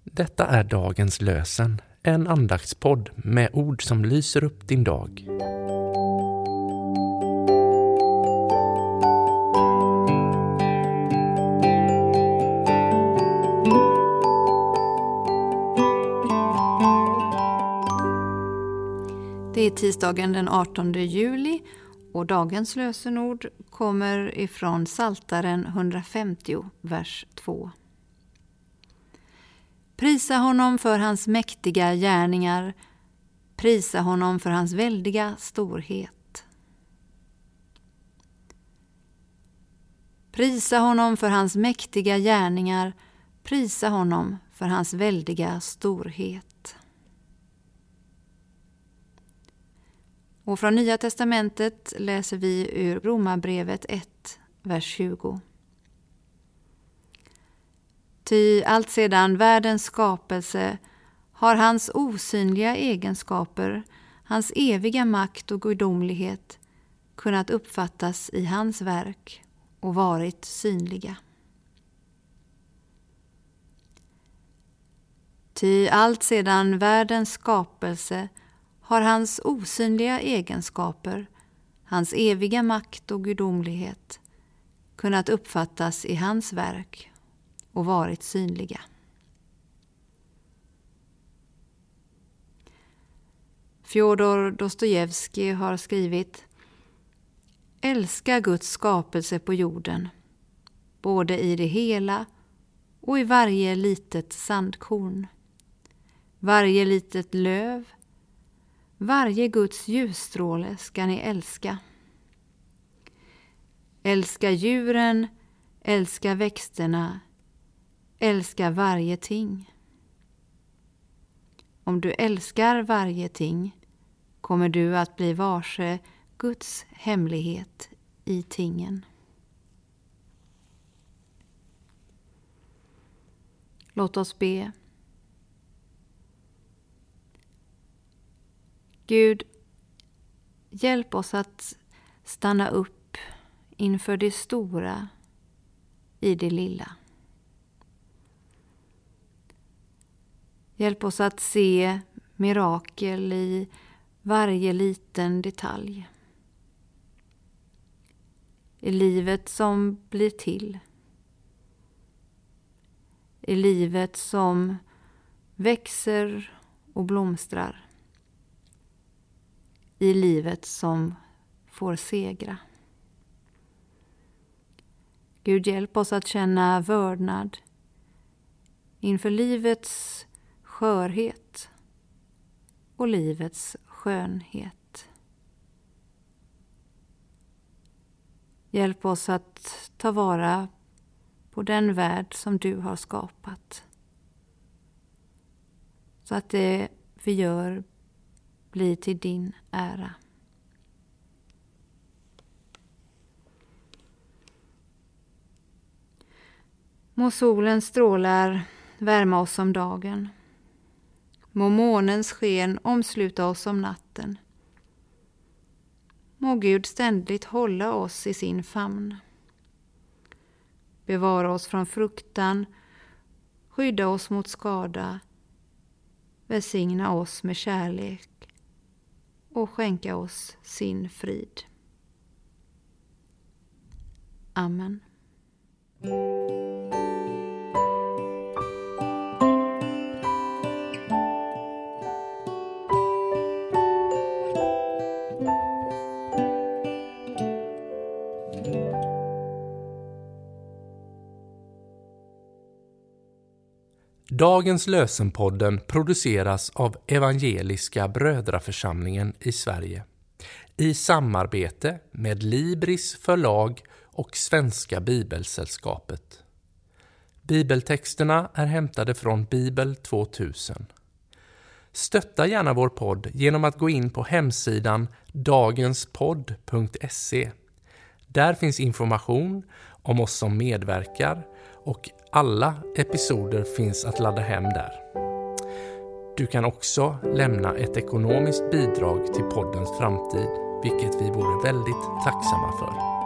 Detta är dagens lösen, en andaktspodd med ord som lyser upp din dag. Det är tisdagen den 18 juli och dagens lösenord kommer ifrån Psaltaren 150, vers 2. Prisa honom för hans mäktiga gärningar, prisa honom för hans väldiga storhet. Prisa honom för hans mäktiga gärningar, prisa honom för hans väldiga storhet. Och från Nya testamentet läser vi ur Romarbrevet 1, vers 20. Ty allt sedan världens skapelse har hans osynliga egenskaper, hans eviga makt och gudomlighet kunnat uppfattas i hans verk och varit synliga. Ty allt sedan världens skapelse har hans osynliga egenskaper, hans eviga makt och gudomlighet kunnat uppfattas i hans verk och varit synliga. Fjodor Dostojevskij har skrivit: Älska Guds skapelse på jorden, både i det hela och i varje litet sandkorn, varje litet löv, varje Guds ljusstråle ska ni älska. Älska djuren, älska växterna, älska varje ting. Om du älskar varje ting kommer du att bli varse Guds hemlighet i tingen. Låt oss be. Gud, hjälp oss att stanna upp inför det stora i det lilla. Hjälp oss att se mirakel i varje liten detalj. I livet som blir till. I livet som växer och blomstrar. I livet som får segra. Gud, hjälp oss att känna vördnad inför livets skörhet och livets skönhet. Hjälp oss att ta vara på den värld som du har skapat. Så att det vi gör blir till din ära. Må solens strålar värma oss om dagen. Må månens sken omsluta oss om natten. Må Gud ständigt hålla oss i sin famn. Bevara oss från fruktan, skydda oss mot skada, välsigna oss med kärlek och skänka oss sin frid. Amen. Dagens lösenpodden produceras av Evangeliska Brödraförsamlingen i Sverige i samarbete med Libris förlag och Svenska Bibelsällskapet. Bibeltexterna är hämtade från Bibel 2000. Stötta gärna vår podd genom att gå in på hemsidan dagenspodd.se. Där finns information om oss som medverkar och alla episoder finns att ladda hem där. Du kan också lämna ett ekonomiskt bidrag till poddens framtid, vilket vi vore väldigt tacksamma för.